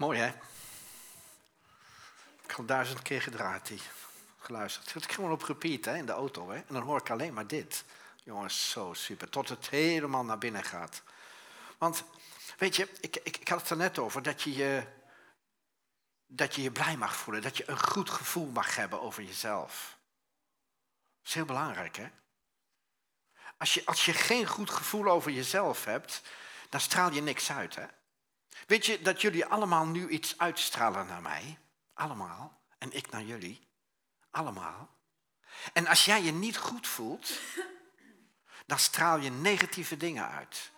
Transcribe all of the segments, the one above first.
Mooi, hè? Ik heb al 1000 keer geluisterd. Het zit gewoon op repeat, hè, in de auto. Hè? En dan hoor ik alleen maar dit. Jongens, zo super. Tot het helemaal naar binnen gaat. Want, weet je, ik had het er net over dat je je blij mag voelen. Dat je een goed gevoel mag hebben over jezelf. Dat is heel belangrijk, hè? Als je geen goed gevoel over jezelf hebt, dan straal je niks uit, hè? Weet je dat jullie allemaal nu iets uitstralen naar mij? Allemaal. En ik naar jullie. Allemaal. En als jij je niet goed voelt, dan straal je negatieve dingen uit.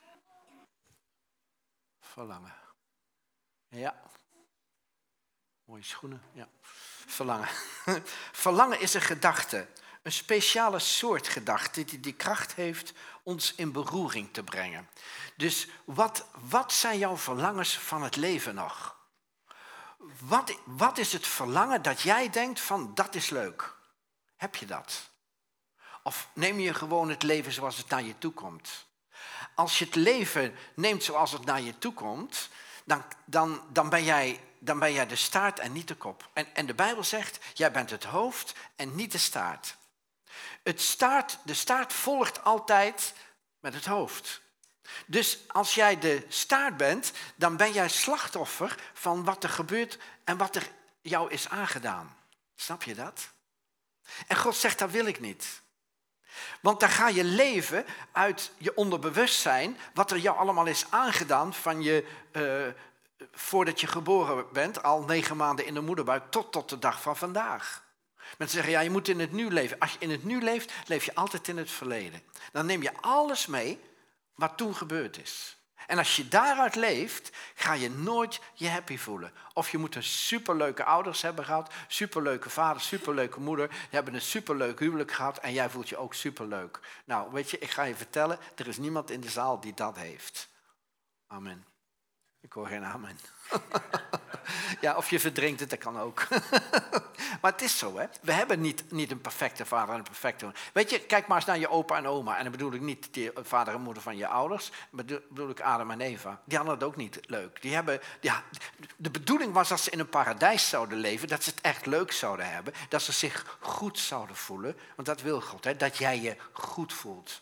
Verlangen. Ja. Mooie schoenen. Ja. Verlangen. Verlangen is een gedachte. Een speciale soort gedachte die kracht heeft ons in beroering te brengen. Dus wat zijn jouw verlangens van het leven nog? Wat is het verlangen dat jij denkt van dat is leuk? Heb je dat? Of neem je gewoon het leven zoals het naar je toe komt? Als je het leven neemt zoals het naar je toe komt, dan ben jij de staart en niet de kop. En de Bijbel zegt, jij bent het hoofd en niet de staart. De staart volgt altijd met het hoofd. Dus als jij de staart bent, dan ben jij slachtoffer van wat er gebeurt en wat er jou is aangedaan. Snap je dat? En God zegt, dat wil ik niet. Want dan ga je leven uit je onderbewustzijn, wat er jou allemaal is aangedaan van voordat je geboren bent, al 9 maanden in de moederbuik, tot de dag van vandaag. Mensen zeggen, ja, je moet in het nu leven. Als je in het nu leeft, leef je altijd in het verleden. Dan neem je alles mee wat toen gebeurd is. En als je daaruit leeft, ga je nooit je happy voelen. Of je moet een superleuke ouders hebben gehad, superleuke vader, superleuke moeder. Die hebben een superleuk huwelijk gehad en jij voelt je ook superleuk. Nou, weet je, ik ga je vertellen, er is niemand in de zaal die dat heeft. Amen. Ik hoor geen amen. Ja, of je verdrinkt het, dat kan ook. Maar het is zo, hè. We hebben niet een perfecte vader en een perfecte moeder. Weet je, kijk maar eens naar je opa en oma. En dan bedoel ik niet de vader en moeder van je ouders. Bedoel ik Adam en Eva. Die hadden het ook niet leuk. De bedoeling was dat ze in een paradijs zouden leven. Dat ze het echt leuk zouden hebben. Dat ze zich goed zouden voelen. Want dat wil God, hè. Dat jij je goed voelt.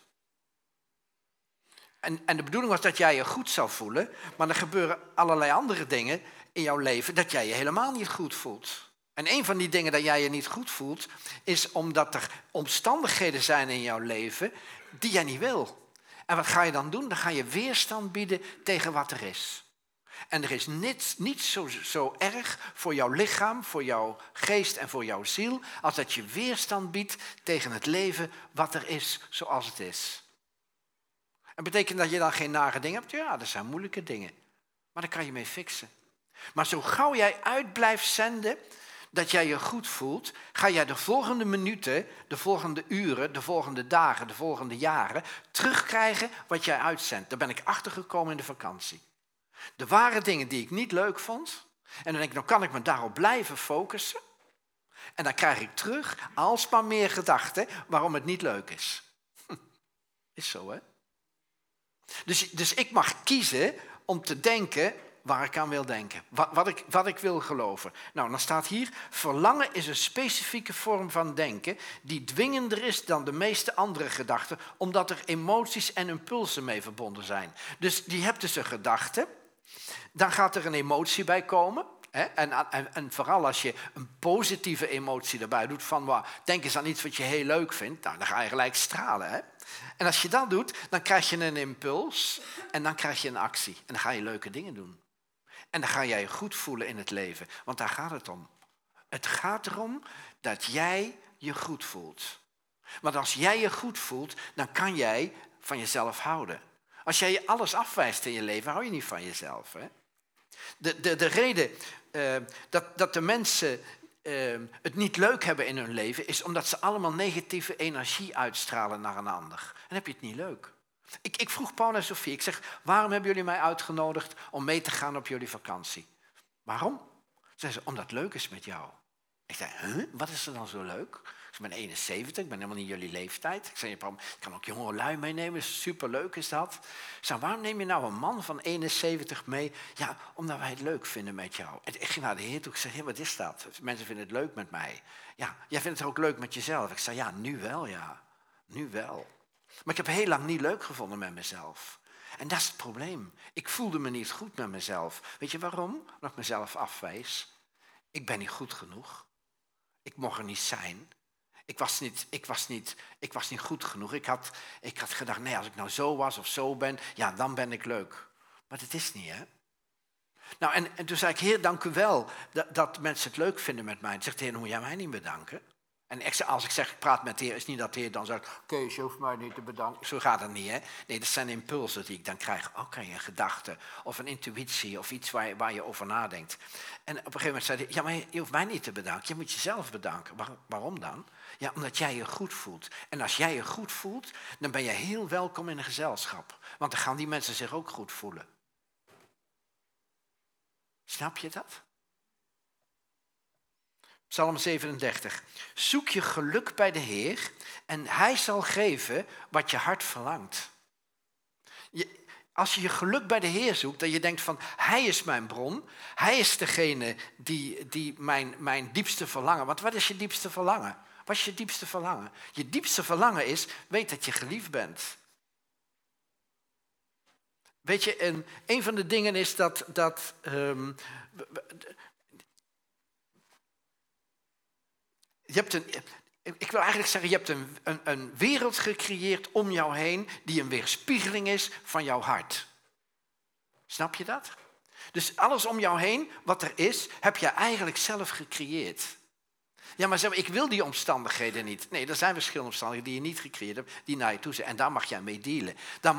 En de bedoeling was dat jij je goed zou voelen. Maar er gebeuren allerlei andere dingen in jouw leven dat jij je helemaal niet goed voelt. En een van die dingen dat jij je niet goed voelt, is omdat er omstandigheden zijn in jouw leven die jij niet wil. En wat ga je dan doen? Dan ga je weerstand bieden tegen wat er is. En er is niets zo erg voor jouw lichaam, voor jouw geest en voor jouw ziel, als dat je weerstand biedt tegen het leven wat er is zoals het is. En betekent dat je dan geen nare dingen hebt? Ja, dat zijn moeilijke dingen. Maar daar kan je mee fixen. Maar zo gauw jij uit blijft zenden dat jij je goed voelt, ga jij de volgende minuten, de volgende uren, de volgende dagen, de volgende jaren terugkrijgen wat jij uitzendt. Daar ben ik achtergekomen in de vakantie. Er waren dingen die ik niet leuk vond. En dan denk ik, nou kan ik me daarop blijven focussen. En dan krijg ik terug alsmaar meer gedachten waarom het niet leuk is. Is zo, hè? Dus ik mag kiezen om te denken waar ik aan wil denken. Wat ik wil geloven. Nou, dan staat hier, verlangen is een specifieke vorm van denken die dwingender is dan de meeste andere gedachten, omdat er emoties en impulsen mee verbonden zijn. Dus die hebt dus een gedachte, dan gaat er een emotie bij komen. Hè? En vooral als je een positieve emotie erbij doet van, denk eens aan iets wat je heel leuk vindt, nou, dan ga je gelijk stralen, hè? En als je dat doet, dan krijg je een impuls en dan krijg je een actie. En dan ga je leuke dingen doen. En dan ga jij je goed voelen in het leven. Want daar gaat het om. Het gaat erom dat jij je goed voelt. Want als jij je goed voelt, dan kan jij van jezelf houden. Als jij alles afwijst in je leven, hou je niet van jezelf. Hè? De reden dat de mensen het niet leuk hebben in hun leven, is omdat ze allemaal negatieve energie uitstralen naar een ander. En dan heb je het niet leuk. Ik vroeg Paul en Sophie, ik zeg, waarom hebben jullie mij uitgenodigd om mee te gaan op jullie vakantie? Waarom? Zeiden ze, omdat het leuk is met jou. Ik zei, wat is er dan zo leuk? Ik ben 71, ik ben helemaal niet jullie leeftijd. Ik zei, ik kan ook jonge lui meenemen, superleuk is dat. Ik zei, waarom neem je nou een man van 71 mee? Ja, omdat wij het leuk vinden met jou. En ik ging naar de Heer toe, ik zei, wat is dat? Mensen vinden het leuk met mij. Ja, jij vindt het ook leuk met jezelf. Ik zei, ja, nu wel, ja. Nu wel. Maar ik heb heel lang niet leuk gevonden met mezelf. En dat is het probleem. Ik voelde me niet goed met mezelf. Weet je waarom? Omdat ik mezelf afwijs. Ik ben niet goed genoeg. Ik mocht er niet zijn. Ik was niet goed genoeg. Ik had gedacht, nee, als ik nou zo was of zo ben, ja, dan ben ik leuk. Maar dat is niet, hè? Nou, en toen zei ik, Heer, dank u wel dat mensen het leuk vinden met mij. Toen zegt de Heer, dan moet jij mij niet bedanken. En als ik zeg, ik praat met de Heer, is niet dat de Heer dan zegt, Kees, je hoeft mij niet te bedanken. Zo gaat het niet, hè? Nee, dat zijn impulsen die ik dan krijg. Oké, een gedachte of een intuïtie of iets waar je over nadenkt. En op een gegeven moment zei hij, ja, maar je hoeft mij niet te bedanken. Je moet jezelf bedanken. Waarom dan? Ja, omdat jij je goed voelt. En als jij je goed voelt, dan ben je heel welkom in een gezelschap. Want dan gaan die mensen zich ook goed voelen. Snap je dat? Psalm 37. Zoek je geluk bij de Heer en hij zal geven wat je hart verlangt. Als je je geluk bij de Heer zoekt, dat je denkt van, hij is mijn bron. Hij is degene die mijn diepste verlangen. Want wat is je diepste verlangen? Wat is je diepste verlangen? Je diepste verlangen is, weet dat je geliefd bent. Weet je, een van de dingen is dat ik wil eigenlijk zeggen, je hebt een wereld gecreëerd om jou heen die een weerspiegeling is van jouw hart. Snap je dat? Dus alles om jou heen, wat er is, heb je eigenlijk zelf gecreëerd. Ja, maar zeg, ik wil die omstandigheden niet. Nee, er zijn verschillende omstandigheden die je niet gecreëerd hebt, die naar je toe zijn. En daar mag jij mee dealen.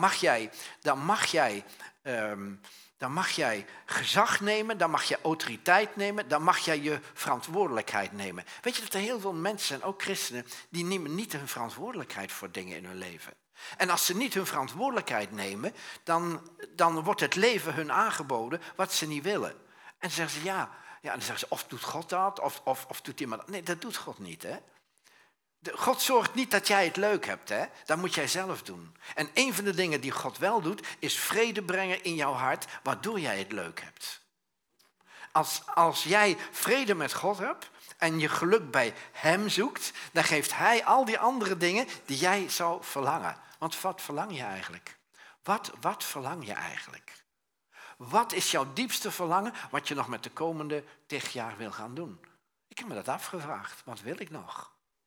Dan mag jij gezag nemen, dan mag je autoriteit nemen, dan mag jij je verantwoordelijkheid nemen. Weet je dat er heel veel mensen zijn, ook christenen, die nemen niet hun verantwoordelijkheid voor dingen in hun leven. En als ze niet hun verantwoordelijkheid nemen, dan wordt het leven hun aangeboden wat ze niet willen. En dan zeggen ze ja, dan zeggen ze of doet God dat, of doet iemand dat. Nee, dat doet God niet, hè. God zorgt niet dat jij het leuk hebt, hè? Dat moet jij zelf doen. En een van de dingen die God wel doet, is vrede brengen in jouw hart, waardoor jij het leuk hebt. Als jij vrede met God hebt en je geluk bij hem zoekt, dan geeft hij al die andere dingen die jij zou verlangen. Want wat verlang je eigenlijk? Wat verlang je eigenlijk? Wat is jouw diepste verlangen wat je nog met de komende 10 jaar wil gaan doen? Ik heb me dat afgevraagd. Wat wil ik nog?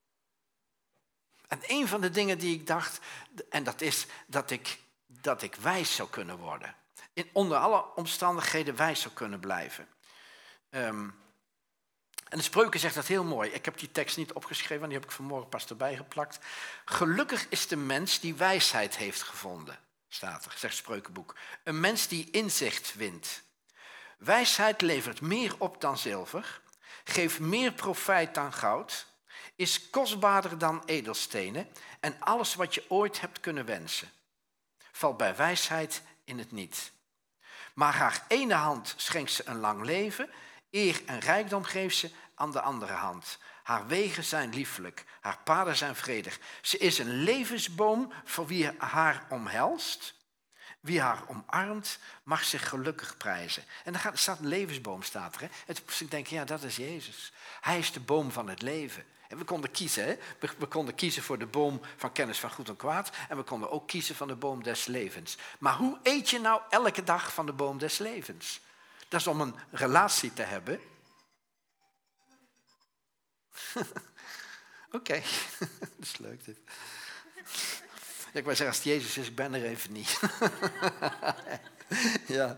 En een van de dingen die ik dacht, en dat is dat ik wijs zou kunnen worden. Onder alle omstandigheden wijs zou kunnen blijven. En de Spreuken zegt dat heel mooi. Ik heb die tekst niet opgeschreven, want die heb ik vanmorgen pas erbij geplakt. Gelukkig is de mens die wijsheid heeft gevonden, staat er, zegt Spreukenboek. Een mens die inzicht wint. Wijsheid levert meer op dan zilver, geeft meer profijt dan goud, is kostbaarder dan edelstenen en alles wat je ooit hebt kunnen wensen. Valt bij wijsheid in het niet. Maar haar ene hand schenkt ze een lang leven, eer en rijkdom geeft ze aan de andere hand. Haar wegen zijn liefelijk, haar paden zijn vredig. Ze is een levensboom voor wie haar omhelst. Wie haar omarmt, mag zich gelukkig prijzen. En dan staat een levensboom, staat er. Hè? En toen denk ik, ja, dat is Jezus. Hij is de boom van het leven. En we konden kiezen, hè? We konden kiezen voor de boom van kennis van goed en kwaad. En we konden ook kiezen van de boom des levens. Maar hoe eet je nou elke dag van de boom des levens? Dat is om een relatie te hebben. Oké, dat is leuk dit. Ja, ik wou zeggen, als het Jezus is, ik ben er even niet. Ja.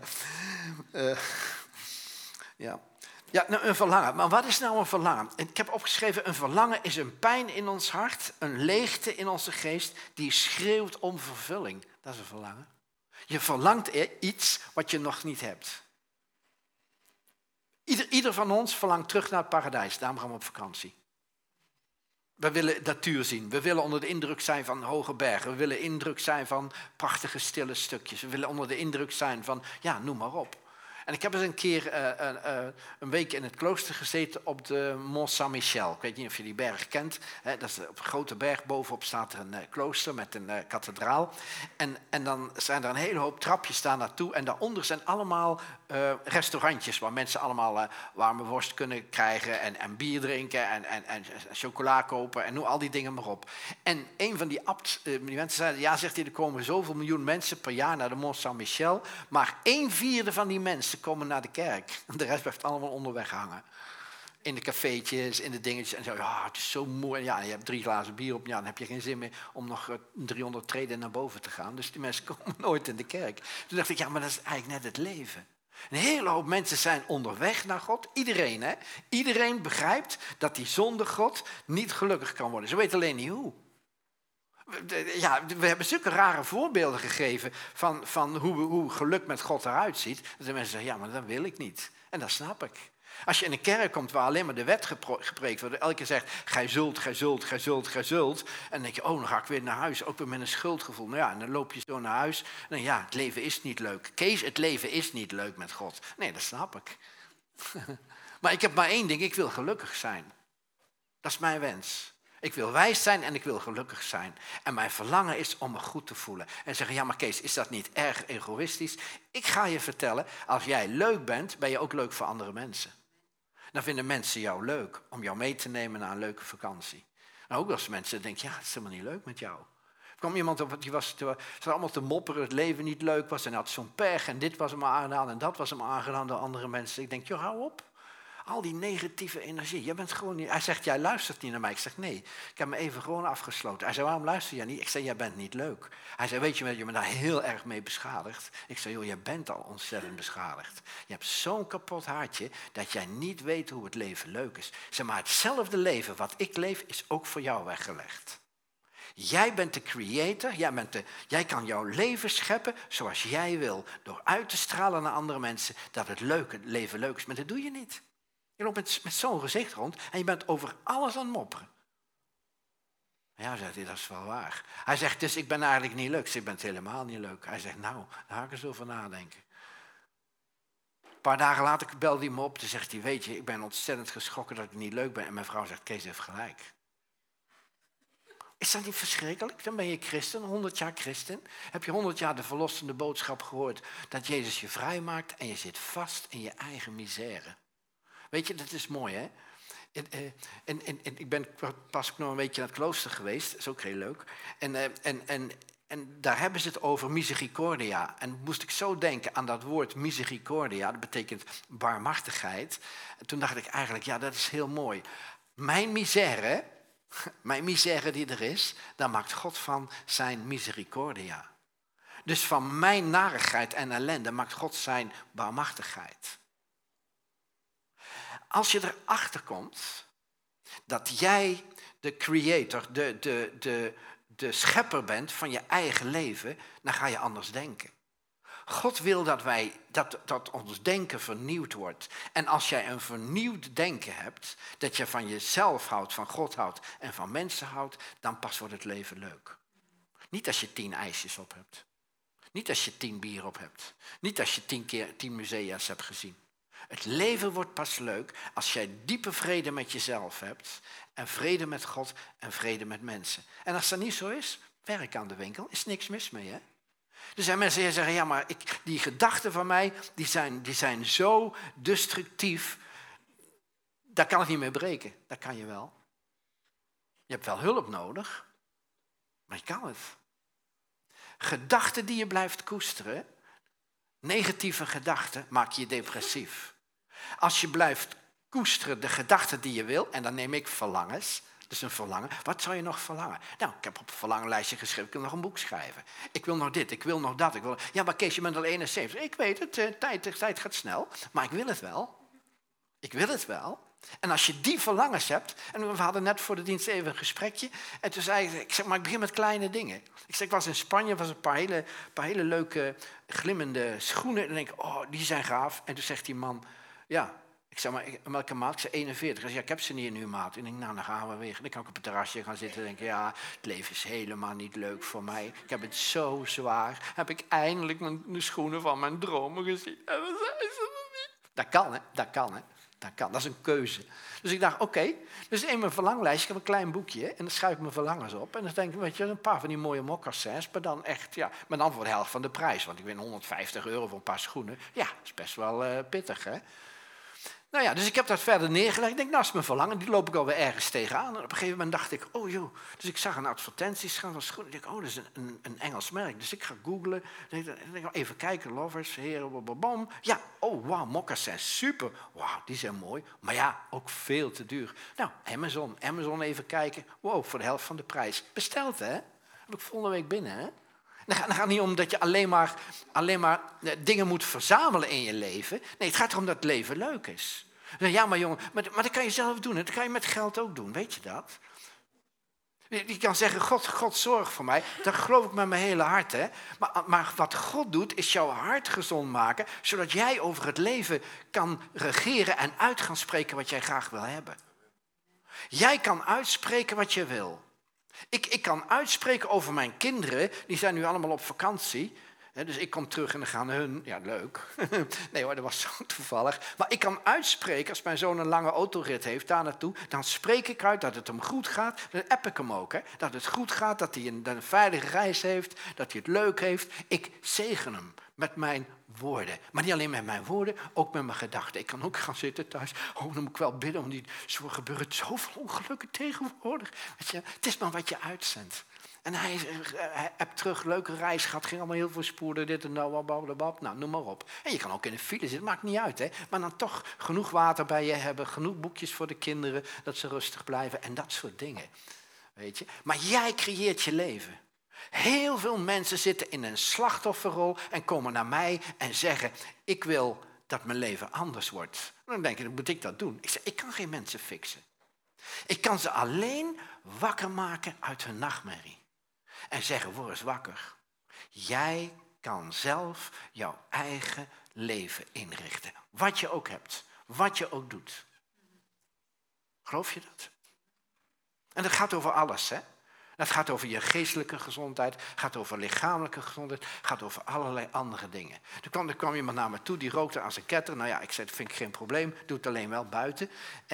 Ja. Ja, nou, een verlangen. Maar wat is nou een verlangen? Ik heb opgeschreven, een verlangen is een pijn in ons hart, een leegte in onze geest, die schreeuwt om vervulling. Dat is een verlangen. Je verlangt iets wat je nog niet hebt. Ieder van ons verlangt terug naar het paradijs, daarom gaan we op vakantie. We willen natuur zien. We willen onder de indruk zijn van hoge bergen. We willen indruk zijn van prachtige stille stukjes. We willen onder de indruk zijn van, ja, noem maar op. En ik heb eens een keer een week in het klooster gezeten op de Mont Saint-Michel. Ik weet niet of je die berg kent. Dat is op een grote berg. Bovenop staat er een klooster met een kathedraal. En dan zijn er een hele hoop trapjes daar naartoe. En daaronder zijn allemaal restaurantjes waar mensen allemaal warme worst kunnen krijgen. En bier drinken en chocola kopen en noem al die dingen maar op. En een van die die mensen zei, ja, zegt hij, er komen zoveel miljoen mensen per jaar naar de Mont Saint-Michel. Maar 1/4 van die mensen komen naar de kerk. De rest blijft allemaal onderweg hangen. In de cafeetjes, in de dingetjes. En zo, ja, het is zo mooi. Ja, je hebt 3 glazen bier op. Ja, dan heb je geen zin meer om nog 300 treden naar boven te gaan. Dus die mensen komen nooit in de kerk. Toen dacht ik, ja, maar dat is eigenlijk net het leven. Een hele hoop mensen zijn onderweg naar God. Iedereen, hè? Iedereen begrijpt dat die zonder God niet gelukkig kan worden. Ze weten alleen niet hoe. Ja, we hebben zulke rare voorbeelden gegeven van hoe geluk met God eruit ziet. Dat de mensen zeggen, ja, maar dat wil ik niet. En dat snap ik. Als je in een kerk komt waar alleen maar de wet gepreekt wordt. Elke keer zegt, gij zult, gij zult, gij zult, gij zult. En dan denk je, oh, dan ga ik weer naar huis. Ook weer met een schuldgevoel. Nou ja, en dan loop je zo naar huis. En dan ja, het leven is niet leuk. Kees, het leven is niet leuk met God. Nee, dat snap ik. Maar ik heb maar één ding, ik wil gelukkig zijn. Dat is mijn wens. Ik wil wijs zijn en ik wil gelukkig zijn. En mijn verlangen is om me goed te voelen. En zeggen, ja maar Kees, is dat niet erg egoïstisch? Ik ga je vertellen, als jij leuk bent, ben je ook leuk voor andere mensen. Dan vinden mensen jou leuk om jou mee te nemen naar een leuke vakantie. En ook als mensen denken, ja, het is helemaal niet leuk met jou. Er kwam iemand op, die was allemaal te mopperen, het leven niet leuk was. En had zo'n pech en dit was hem aangedaan en dat was hem aangedaan door andere mensen. Ik denk, joh, hou op. Al die negatieve energie. Jij bent gewoon niet. Hij zegt, jij luistert niet naar mij. Ik zeg, nee, ik heb me even gewoon afgesloten. Hij zei, waarom luister jij niet? Ik zei, jij bent niet leuk. Hij zei, weet je, je bent daar heel erg mee beschadigd. Ik zei, joh, jij bent al ontzettend beschadigd. Je hebt zo'n kapot hartje dat jij niet weet hoe het leven leuk is. Zeg maar, hetzelfde leven wat ik leef is ook voor jou weggelegd. Jij bent de creator, jij kan jouw leven scheppen zoals jij wil. Door uit te stralen naar andere mensen dat het leven leuk is. Maar dat doe je niet. Je loopt met zo'n gezicht rond en je bent over alles aan het mopperen. Ja, zegt hij, dat is wel waar. Hij zegt, dus ik ben eigenlijk niet leuk. Ik ben helemaal niet leuk. Hij zegt, nou, daar ga ik eens over nadenken. Een paar dagen later belde hij me op. Toen zegt hij, weet je, ik ben ontzettend geschrokken dat ik niet leuk ben. En mijn vrouw zegt, Kees heeft gelijk. Is dat niet verschrikkelijk? Dan ben je christen, 100 jaar christen. Heb je 100 jaar de verlossende boodschap gehoord dat Jezus je vrij maakt en je zit vast in je eigen misère. Weet je, dat is mooi, hè? Ik ben pas nog een weekje naar het klooster geweest. Dat is ook heel leuk. En daar hebben ze het over misericordia. En moest ik zo denken aan dat woord misericordia. Dat betekent barmhartigheid. En toen dacht ik eigenlijk, ja, dat is heel mooi. Mijn misère die er is, daar maakt God van zijn misericordia. Dus van mijn narigheid en ellende maakt God zijn barmhartigheid. Als je erachter komt dat jij de creator, de schepper bent van je eigen leven, dan ga je anders denken. God wil dat ons denken vernieuwd wordt. En als jij een vernieuwd denken hebt, dat je van jezelf houdt, van God houdt en van mensen houdt, dan pas wordt het leven leuk. Niet als je 10 ijsjes op hebt. Niet als je 10 bier op hebt. Niet als je 10 musea's hebt gezien. Het leven wordt pas leuk als jij diepe vrede met jezelf hebt en vrede met God en vrede met mensen. En als dat niet zo is, werk aan de winkel, is niks mis mee, hè? Er zijn mensen die zeggen, ja, maar die gedachten van mij, die zijn zo destructief, daar kan ik niet mee breken. Dat kan je wel. Je hebt wel hulp nodig, maar je kan het. Gedachten die je blijft koesteren, negatieve gedachten, maak je depressief. Als je blijft koesteren de gedachten die je wil, en dan neem ik verlangens, dus een verlangen. Wat zou je nog verlangen? Nou, ik heb op een verlangenlijstje geschreven, ik wil nog een boek schrijven. Ik wil nog dit, ik wil nog dat. Ja, maar Kees, je bent al 71. Ik weet het, de tijd gaat snel, maar ik wil het wel. Ik wil het wel. En als je die verlangens hebt, en we hadden net voor de dienst even een gesprekje, en toen zei ik, maar ik begin met kleine dingen. Ik was in Spanje, was een paar hele leuke glimmende schoenen. En dan denk ik, oh, die zijn gaaf. En toen zegt die man, ja, ik zeg maar, welke maat? Ik zei 41. Hij zei, ja, ik heb ze niet in uw maat. En ik denk, nou, dan gaan we weer. En dan kan ik op het terrasje gaan zitten en denken, ja, het leven is helemaal niet leuk voor mij. Ik heb het zo zwaar. Heb ik eindelijk mijn schoenen van mijn dromen gezien. En dan zei ze, Dat kan, hè? Dat kan, hè? Dat kan. Dat is een keuze. Dus ik dacht, oké. Dus in mijn verlanglijstje, ik heb een klein boekje. En dan schrijf ik mijn verlangens op. En dan denk ik, weet je, een paar van die mooie mocassins. Maar dan echt, ja. Maar dan voor de helft van de prijs. Want ik win €150 voor een paar schoenen. Ja, dat is best wel pittig, hè? Nou ja, dus ik heb dat verder neergelegd. Ik denk, nou is mijn verlangen, die loop ik alweer ergens tegenaan. En op een gegeven moment dacht ik, oh joh. Dus ik zag een advertentie staan van schoenen. Ik denk, oh, dat is een Engels merk. Dus ik ga googlen. Ik denk, even kijken, lovers, heren, bam. Ja, oh wauw, mocassins, super. Wauw, die zijn mooi. Maar ja, ook veel te duur. Nou, Amazon even kijken. Wow, voor de helft van de prijs. Besteld, hè? Heb ik volgende week binnen, hè? Dan gaat het niet om dat je alleen maar dingen moet verzamelen in je leven. Nee, het gaat erom dat het leven leuk is. Ja, maar jongen, maar dat kan je zelf doen. En dat kan je met geld ook doen, weet je dat? Je kan zeggen, God zorgt voor mij. Dat geloof ik met mijn hele hart. Hè? Maar wat God doet, is jouw hart gezond maken. Zodat jij over het leven kan regeren en uit gaan spreken wat jij graag wil hebben. Jij kan uitspreken wat je wil. Ik kan uitspreken over mijn kinderen, die zijn nu allemaal op vakantie. Dus ik kom terug en dan gaan hun, ja leuk. Nee hoor, dat was zo toevallig. Maar ik kan uitspreken, als mijn zoon een lange autorit heeft daar naartoe, dan spreek ik uit dat het hem goed gaat. Dan app ik hem ook, hè? Dat het goed gaat, dat hij een veilige reis heeft, dat hij het leuk heeft. Ik zegen hem met mijn woorden. Maar niet alleen met mijn woorden, ook met mijn gedachten. Ik kan ook gaan zitten thuis. Oh, dan moet ik wel bidden, want zo gebeuren zoveel ongelukken tegenwoordig. Weet je, het is maar wat je uitzendt. En hij hebt terug, leuke reis gehad, ging allemaal heel veel spoeden, dit en dat, nou, noem maar op. En je kan ook in de file zitten, maakt niet uit, hè. Maar dan toch genoeg water bij je hebben, genoeg boekjes voor de kinderen, dat ze rustig blijven en dat soort dingen. Weet je. Maar jij creëert je leven. Heel veel mensen zitten in een slachtofferrol en komen naar mij en zeggen, ik wil dat mijn leven anders wordt. En dan denk je, dan moet ik dat doen. Ik zeg, ik kan geen mensen fixen. Ik kan ze alleen wakker maken uit hun nachtmerrie. En zeggen, word eens wakker. Jij kan zelf jouw eigen leven inrichten. Wat je ook hebt. Wat je ook doet. Geloof je dat? En dat gaat over alles, hè? Dat gaat over je geestelijke gezondheid, gaat over lichamelijke gezondheid, gaat over allerlei andere dingen. Er kwam iemand naar me toe, die rookte aan zijn ketter. Nou ja, ik zei, dat vind ik geen probleem, doe het alleen wel buiten.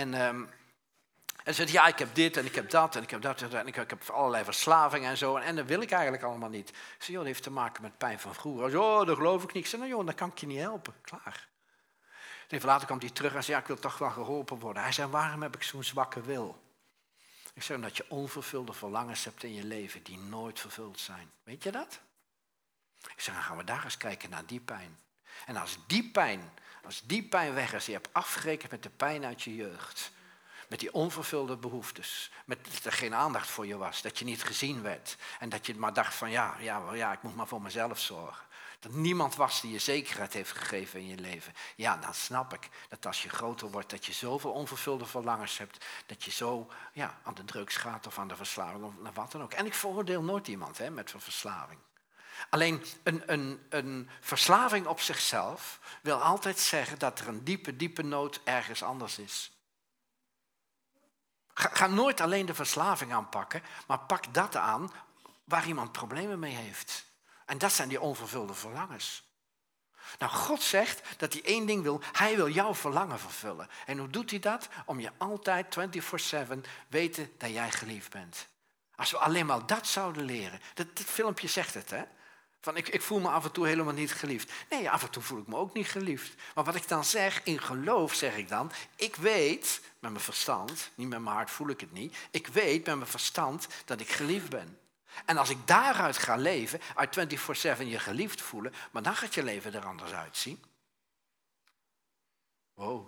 En zei, ja, ik heb dit en ik heb dat en ik heb dat en ik heb allerlei verslavingen en zo. En dat wil ik eigenlijk allemaal niet. Ik zei, joh, dat heeft te maken met pijn van vroeger. Hij zei, oh, dat geloof ik niet. Ik zei, nou joh, dan kan ik je niet helpen. Klaar. Even later kwam hij terug en zei, ja, ik wil toch wel geholpen worden. Hij zei, waarom heb ik zo'n zwakke wil? Ik zei, omdat je onvervulde verlangens hebt in je leven die nooit vervuld zijn. Weet je dat? Ik zei, dan gaan we daar eens kijken naar die pijn. En als die pijn weg is, je hebt afgerekend met de pijn uit je jeugd. Met die onvervulde behoeftes. Met dat er geen aandacht voor je was. Dat je niet gezien werd. En dat je maar dacht van ja, ik moet maar voor mezelf zorgen. Dat niemand was die je zekerheid heeft gegeven in je leven. Ja, dan snap ik dat als je groter wordt, dat je zoveel onvervulde verlangens hebt. Dat je zo aan de drugs gaat of aan de verslaving of wat dan ook. En ik veroordeel nooit iemand met een verslaving. Alleen een verslaving op zichzelf wil altijd zeggen dat er een diepe nood ergens anders is. Ga nooit alleen de verslaving aanpakken, maar pak dat aan waar iemand problemen mee heeft. En dat zijn die onvervulde verlangens. Nou, God zegt dat hij één ding wil. Hij wil jouw verlangen vervullen. En hoe doet hij dat? Om je altijd 24/7 weten dat jij geliefd bent. Als we alleen maar dat zouden leren. Dat filmpje zegt het, hè? Van ik voel me af en toe helemaal niet geliefd. Nee, af en toe voel ik me ook niet geliefd. Maar wat ik dan zeg, in geloof zeg ik dan, ik weet met mijn verstand, niet met mijn hart voel ik het niet. Ik weet met mijn verstand dat ik geliefd ben. En als ik daaruit ga leven, uit 24/7 je geliefd voelen, maar dan gaat je leven er anders uitzien. Wow.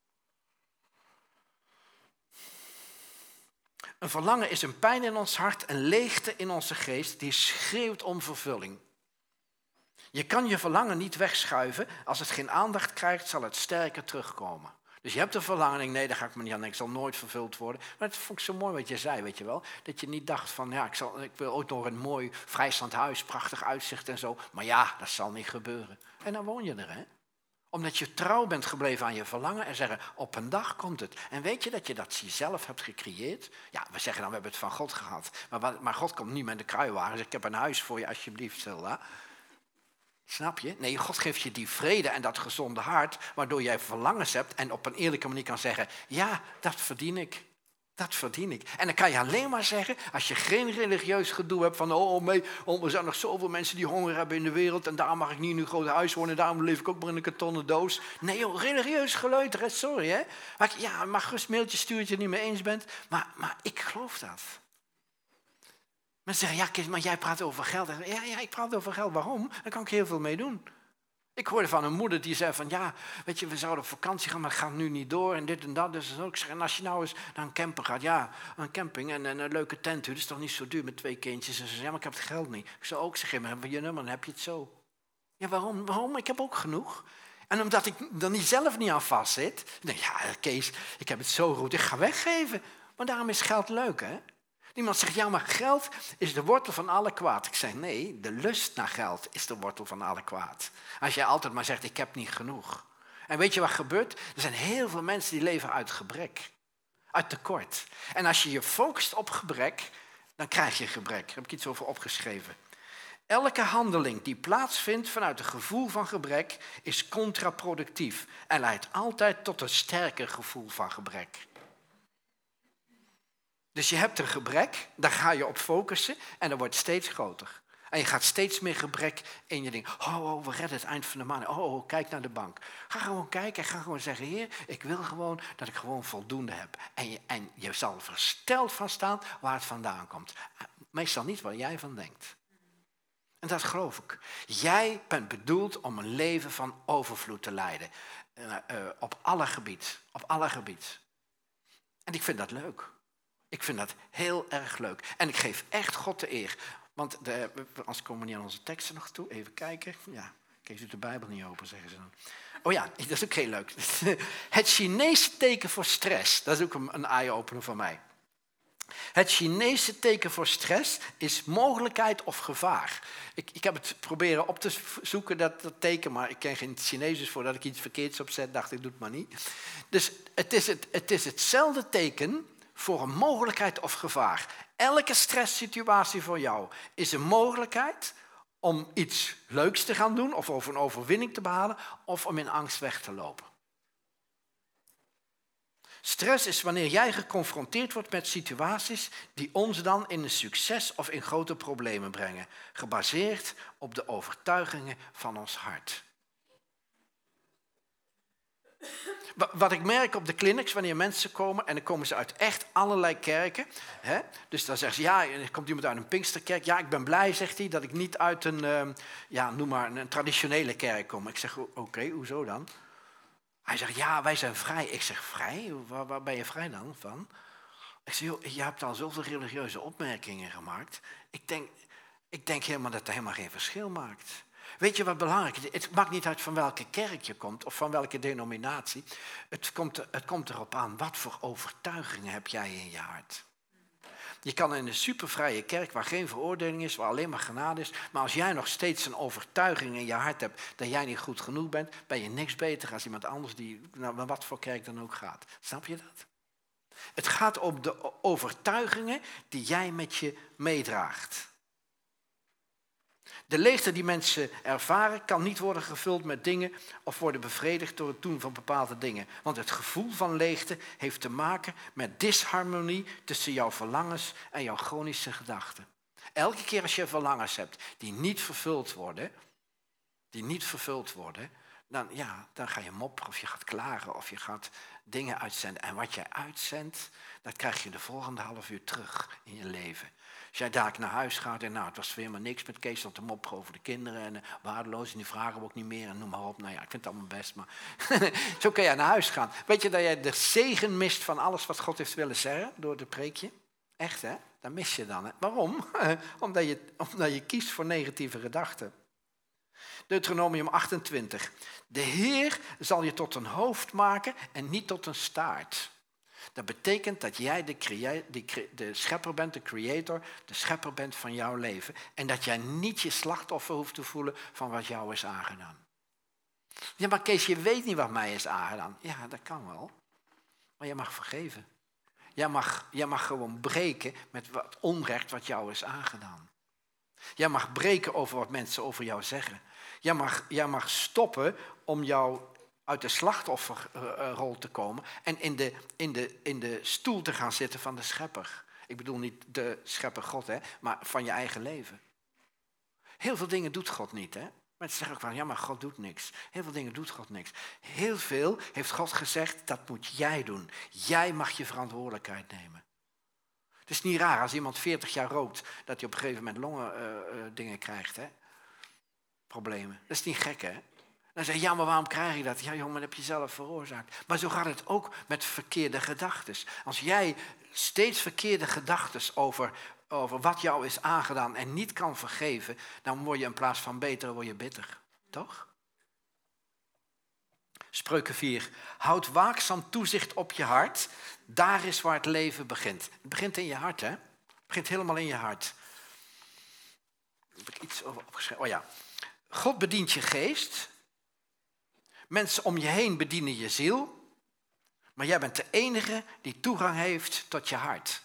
Een verlangen is een pijn in ons hart, een leegte in onze geest die schreeuwt om vervulling. Je kan je verlangen niet wegschuiven. Als het geen aandacht krijgt, zal het sterker terugkomen. Dus je hebt een verlangen en denkt, nee, daar ga ik me niet aan denken. Ik zal nooit vervuld worden. Maar dat vond ik zo mooi wat je zei, weet je wel. Dat je niet dacht van, ja, ik wil ook nog een mooi vrijstaand huis, prachtig uitzicht en zo. Maar ja, dat zal niet gebeuren. En dan woon je er, hè. Omdat je trouw bent gebleven aan je verlangen en zeggen, op een dag komt het. En weet je dat je dat zelf hebt gecreëerd? Ja, we zeggen dan, we hebben het van God gehad. Maar God komt niet met de kruiwagen. Dus ik heb een huis voor je, alsjeblieft, Hilda. Snap je? Nee, God geeft je die vrede en dat gezonde hart, waardoor jij verlangens hebt en op een eerlijke manier kan zeggen, ja, dat verdien ik. Dat verdien ik. En dan kan je alleen maar zeggen, als je geen religieus gedoe hebt van, er zijn nog zoveel mensen die honger hebben in de wereld en daar mag ik niet in een groot huis wonen, daarom leef ik ook maar in een kartonnen doos. Nee joh, religieus geleuter, hè? Sorry hè. Maar mag gerust mailtje sturen dat je het niet mee eens bent, maar ik geloof dat. Mensen zeggen, ja Kees, maar jij praat over geld. Ja, ik praat over geld. Waarom? Daar kan ik heel veel mee doen. Ik hoorde van een moeder die zei van, ja, weet je, we zouden op vakantie gaan, maar het gaat nu niet door en dit en dat. Dus ook zeggen, en als je nou eens naar een camper gaat, ja, een camping en een leuke tent, dat is toch niet zo duur met 2 kindjes. En ze zei, ja, maar ik heb het geld niet. Ik zou ook zeggen, maar hebben we je nummer, dan heb je het zo. Ja, waarom? Waarom? Ik heb ook genoeg. En omdat ik er niet zelf niet aan vastzit, denk ik, ja, Kees, ik heb het zo goed, ik ga weggeven. Maar daarom is geld leuk, hè? Iemand zegt, ja, maar geld is de wortel van alle kwaad. Ik zeg, nee, de lust naar geld is de wortel van alle kwaad. Als jij altijd maar zegt, ik heb niet genoeg. En weet je wat gebeurt? Er zijn heel veel mensen die leven uit gebrek. Uit tekort. En als je je focust op gebrek, dan krijg je gebrek. Daar heb ik iets over opgeschreven. Elke handeling die plaatsvindt vanuit een gevoel van gebrek is contraproductief. En leidt altijd tot een sterker gevoel van gebrek. Dus je hebt een gebrek, daar ga je op focussen en dat wordt steeds groter. En je gaat steeds meer gebrek in je ding. We redden het eind van de maand. Kijk naar de bank. Ga gewoon kijken en ga gewoon zeggen, Heer, ik wil gewoon dat ik gewoon voldoende heb. En je zal er versteld van staan waar het vandaan komt. Meestal niet waar jij van denkt. En dat geloof ik. Jij bent bedoeld om een leven van overvloed te leiden. Op alle gebied. Op alle gebied. En ik vind dat leuk. Ik vind dat heel erg leuk. En ik geef echt God de eer. Want als komen we niet aan onze teksten nog toe. Even kijken. Ja, Kees doet de Bijbel niet open, zeggen ze dan. Oh ja, dat is ook heel leuk. Het Chinese teken voor stress. Dat is ook een eye-opener voor mij. Het Chinese teken voor stress is mogelijkheid of gevaar. Ik heb het proberen op te zoeken, dat teken, maar ik ken geen Chinees, dus voordat ik iets verkeerds opzet, dacht ik, doe het maar niet. Dus het is hetzelfde teken voor een mogelijkheid of gevaar. Elke stresssituatie voor jou is een mogelijkheid om iets leuks te gaan doen, of over een overwinning te behalen, of om in angst weg te lopen. Stress is wanneer jij geconfronteerd wordt met situaties die ons dan in een succes of in grote problemen brengen, gebaseerd op de overtuigingen van ons hart. Wat ik merk op de clinics, wanneer mensen komen, en dan komen ze uit echt allerlei kerken. Hè? Dus dan zeggen ze, ja, er komt iemand uit een Pinksterkerk. Ja, ik ben blij, zegt hij, dat ik niet uit een, noem maar, een traditionele kerk kom. Ik zeg, oké, hoezo dan? Hij zegt, ja, wij zijn vrij. Ik zeg, vrij? Waar ben je vrij dan van? Ik zeg, joh, je hebt al zoveel religieuze opmerkingen gemaakt. Ik denk helemaal dat het helemaal geen verschil maakt. Weet je wat belangrijk is? Het maakt niet uit van welke kerk je komt of van welke denominatie. Het komt erop aan, wat voor overtuigingen heb jij in je hart? Je kan in een supervrije kerk waar geen veroordeling is, waar alleen maar genade is. Maar als jij nog steeds een overtuiging in je hart hebt dat jij niet goed genoeg bent, ben je niks beter als iemand anders die naar wat voor kerk dan ook gaat. Snap je dat? Het gaat om de overtuigingen die jij met je meedraagt. De leegte die mensen ervaren kan niet worden gevuld met dingen of worden bevredigd door het doen van bepaalde dingen. Want het gevoel van leegte heeft te maken met disharmonie tussen jouw verlangens en jouw chronische gedachten. Elke keer als je verlangens hebt die niet vervuld worden, dan ga je mopperen of je gaat klagen of je gaat dingen uitzenden. En wat jij uitzendt, dat krijg je de volgende half uur terug in je leven. Als jij daar naar huis gaat en het was weer maar niks met Kees, stond te mopperen over de kinderen en waardeloos en die vragen we ook niet meer en noem maar op. Nou ja, ik vind het allemaal best, maar zo kan jij naar huis gaan. Weet je dat jij de zegen mist van alles wat God heeft willen zeggen door het preekje? Echt hè? Dat mis je dan. Hè? Waarom? Omdat je kiest voor negatieve gedachten. Deuteronomium 28. De Heer zal je tot een hoofd maken en niet tot een staart. Dat betekent dat jij de schepper bent, de creator, de schepper bent van jouw leven. En dat jij niet je slachtoffer hoeft te voelen van wat jou is aangedaan. Ja, maar Kees, je weet niet wat mij is aangedaan. Ja, dat kan wel. Maar je mag vergeven. Jij mag gewoon breken met wat onrecht wat jou is aangedaan. Jij mag breken over wat mensen over jou zeggen. Jij mag stoppen om jou uit de slachtofferrol te komen en in de stoel te gaan zitten van de schepper. Ik bedoel niet de schepper God, maar van je eigen leven. Heel veel dingen doet God niet. Mensen zeggen ook van, ja, maar God doet niks. Heel veel dingen doet God niks. Heel veel heeft God gezegd, dat moet jij doen. Jij mag je verantwoordelijkheid nemen. Het is niet raar als iemand 40 jaar rookt, dat hij op een gegeven moment longen dingen krijgt. Problemen. Dat is niet gek, hè? Dan zeg je, ja, maar waarom krijg je dat? Ja, jongen, dat heb je zelf veroorzaakt. Maar zo gaat het ook met verkeerde gedachten. Als jij steeds verkeerde gedachten over wat jou is aangedaan en niet kan vergeven, dan word je in plaats van beter, word je bitter. Toch? Spreuken 4. Houd waakzaam toezicht op je hart. Daar is waar het leven begint. Het begint in je hart, hè? Het begint helemaal in je hart. Heb ik iets over opgeschreven? Oh ja. God bedient je geest. Mensen om je heen bedienen je ziel. Maar jij bent de enige die toegang heeft tot je hart.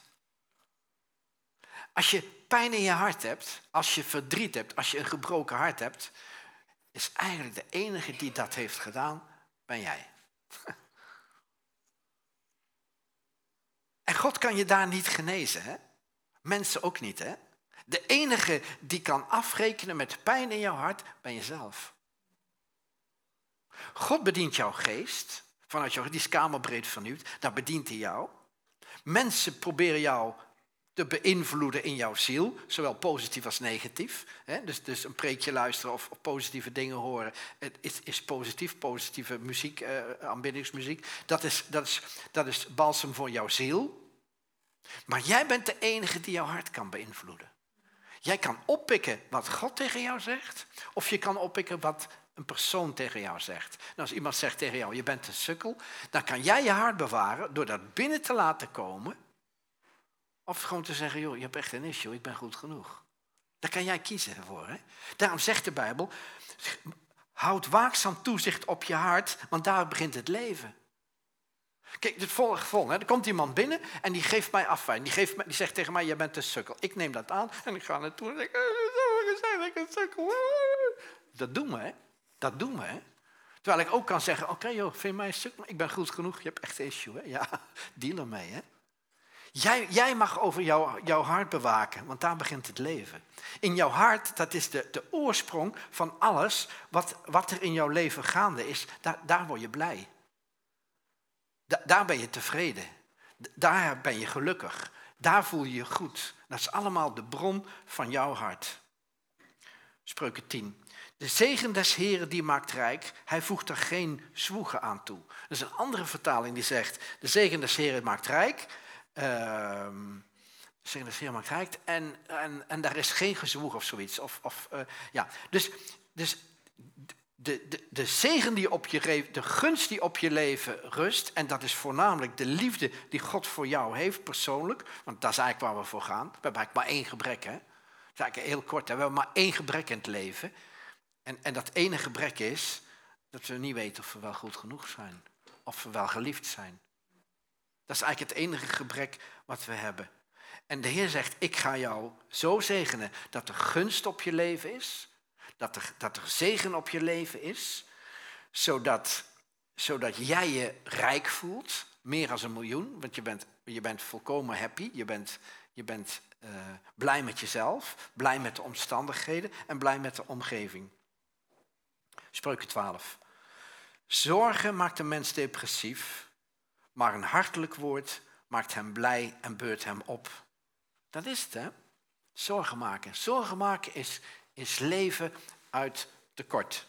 Als je pijn in je hart hebt, als je verdriet hebt, als je een gebroken hart hebt, is eigenlijk de enige die dat heeft gedaan, ben jij. En God kan je daar niet genezen, hè? Mensen ook niet, hè? De enige die kan afrekenen met pijn in jouw hart, ben jezelf. God bedient jouw geest, vanuit jouw, die is kamerbreed vernieuwd, daar bedient hij jou. Mensen proberen jou te beïnvloeden in jouw ziel, zowel positief als negatief. Dus een preekje luisteren of positieve dingen horen, het is positief, positieve muziek, aanbiddingsmuziek. Dat is balsem voor jouw ziel. Maar jij bent de enige die jouw hart kan beïnvloeden. Jij kan oppikken wat God tegen jou zegt, of je kan oppikken wat een persoon tegen jou zegt. Nou, als iemand zegt tegen jou, je bent een sukkel, dan kan jij je hart bewaren door dat binnen te laten komen. Of gewoon te zeggen, joh, je hebt echt een issue, ik ben goed genoeg. Daar kan jij kiezen voor. Hè? Daarom zegt de Bijbel, houd waakzaam toezicht op je hart, want daar begint het leven. Kijk, het volgende. Er komt iemand binnen en die geeft mij afwijzing. Die zegt tegen mij, jij bent een sukkel. Ik neem dat aan en ik ga naartoe en denk, ik ben een sukkel. Dat doen we, hè. Dat doen we, hè. Terwijl ik ook kan zeggen, oké, joh, vind je mij een sukkel? Ik ben goed genoeg, je hebt echt een issue, hè. Ja, deal ermee, hè. Jij mag over jouw hart bewaken, want daar begint het leven. In jouw hart, dat is de oorsprong van alles wat er in jouw leven gaande is. Daar word je blij. Daar ben je tevreden. Daar ben je gelukkig. Daar voel je je goed. Dat is allemaal de bron van jouw hart. Spreuken 10. De zegen des Heren die maakt rijk, hij voegt er geen zwoegen aan toe. Er is een andere vertaling die zegt, de zegen des Heren maakt rijk. De zegen des Heren maakt rijk en daar is geen gezwoeg of zoiets. Dus de zegen die op je leven, de gunst die op je leven rust, en dat is voornamelijk de liefde die God voor jou heeft persoonlijk, want dat is eigenlijk waar we voor gaan. We hebben eigenlijk maar één gebrek, hè. Dat is eigenlijk heel kort, hè. We hebben maar één gebrek in het leven. En dat ene gebrek is dat we niet weten of we wel goed genoeg zijn, of we wel geliefd zijn. Dat is eigenlijk het enige gebrek wat we hebben. En de Heer zegt, ik ga jou zo zegenen dat er gunst op je leven is, dat er zegen op je leven is, zodat jij je rijk voelt, meer dan 1 miljoen, want je bent volkomen happy, je bent blij met jezelf, blij met de omstandigheden en blij met de omgeving. Spreuken 12. Zorgen maakt een mens depressief, maar een hartelijk woord maakt hem blij en beurt hem op. Dat is het, hè? Zorgen maken. Zorgen maken is leven uit tekort.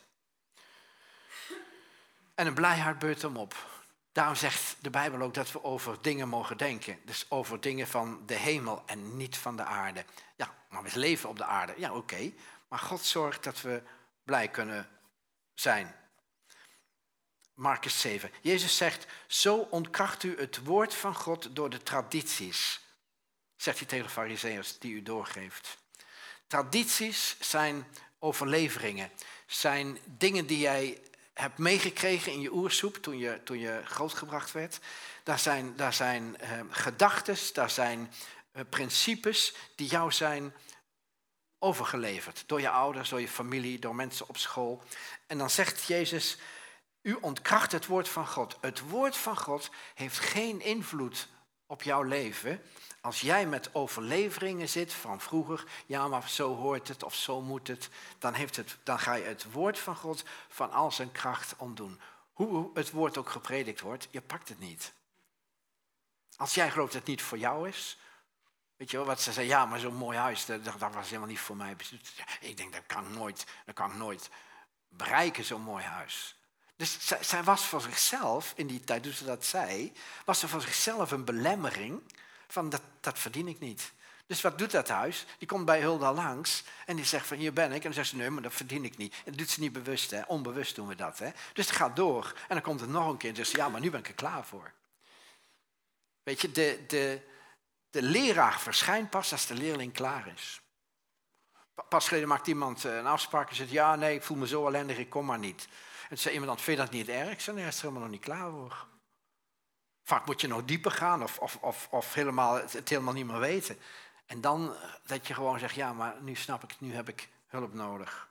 En een blij hart beurt hem op. Daarom zegt de Bijbel ook dat we over dingen mogen denken. Dus over dingen van de hemel en niet van de aarde. Ja, maar we leven op de aarde. Ja, oké. Maar God zorgt dat we blij kunnen zijn. Markus 7. Jezus zegt, zo ontkracht u het woord van God door de tradities. Zegt hij tegen de Farizeeërs die u doorgeeft. Tradities zijn overleveringen. Zijn dingen die jij hebt meegekregen in je oersoep toen je grootgebracht werd. Daar zijn gedachtes, daar zijn principes die jou zijn overgeleverd. Door je ouders, door je familie, door mensen op school. En dan zegt Jezus, u ontkracht het woord van God. Het woord van God heeft geen invloed op jouw leven. Als jij met overleveringen zit van vroeger, ja maar zo hoort het of zo moet het, dan ga je het woord van God van al zijn kracht ontdoen. Hoe het woord ook gepredikt wordt, je pakt het niet. Als jij gelooft dat het niet voor jou is, weet je wel, wat ze zeggen, ja maar zo'n mooi huis, dat was helemaal niet voor mij. Ik denk, dat kan ik nooit bereiken, zo'n mooi huis. Dus zij was voor zichzelf, in die tijd toen ze dat zei, was ze voor zichzelf een belemmering van dat verdien ik niet. Dus wat doet dat huis? Die komt bij Hulda langs en die zegt van hier ben ik. En dan zegt ze nee, maar dat verdien ik niet. En dat doet ze niet bewust, hè? Onbewust doen we dat. Hè? Dus het gaat door en dan komt het nog een keer en zegt ze ja, maar nu ben ik er klaar voor. Weet je, de leraar verschijnt pas als de leerling klaar is. Pas geleden maakt iemand een afspraak en zegt ja, nee, ik voel me zo ellendig, ik kom maar niet. En toen zei iemand, vind je dat niet erg? Ik zei, nee, hij is er helemaal nog niet klaar voor. Vaak moet je nog dieper gaan of helemaal, het helemaal niet meer weten. En dan dat je gewoon zegt, ja, maar nu snap ik het, nu heb ik hulp nodig.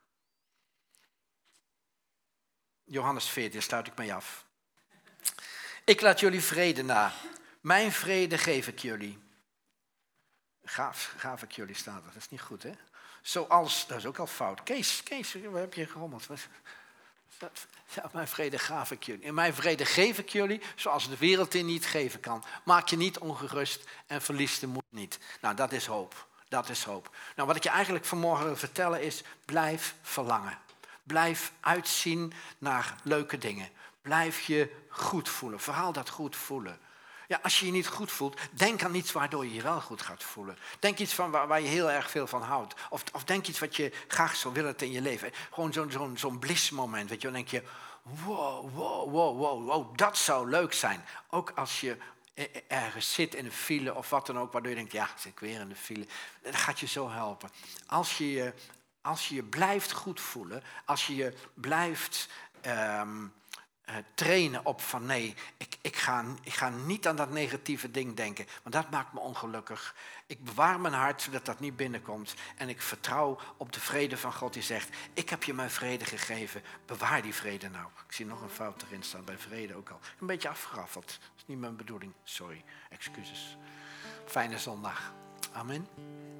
Johannes 14, sluit ik mee af. Ik laat jullie vrede na. Mijn vrede geef ik jullie. Gaaf ik jullie staat er, dat is niet goed, hè? Zoals, dat is ook al fout. Kees, waar heb je gerommeld? Ja, mijn vrede gaaf ik jullie. En mijn vrede geef ik jullie, zoals de wereld die niet geven kan. Maak je niet ongerust en verlies de moed niet. Nou, dat is hoop. Dat is hoop. Nou, wat ik je eigenlijk vanmorgen wil vertellen is, blijf verlangen. Blijf uitzien naar leuke dingen. Blijf je goed voelen. Vooral dat goed voelen. Ja, als je je niet goed voelt, denk aan iets waardoor je je wel goed gaat voelen. Denk iets van waar je heel erg veel van houdt. Of denk iets wat je graag zou willen in je leven. Gewoon zo'n blissmoment. Weet je, dan denk je, wow, dat zou leuk zijn. Ook als je ergens zit in een file of wat dan ook, waardoor je denkt, ja, zit ik weer in de file. Dat gaat je zo helpen. Als je je blijft goed voelen, als je je blijft trainen op van nee, ik ga niet aan dat negatieve ding denken, want dat maakt me ongelukkig. Ik bewaar mijn hart zodat dat niet binnenkomt en ik vertrouw op de vrede van God die zegt, ik heb je mijn vrede gegeven, bewaar die vrede nou. Ik zie nog een fout erin staan bij vrede ook al. Een beetje afgeraffeld, dat is niet mijn bedoeling, sorry, excuses. Fijne zondag. Amen.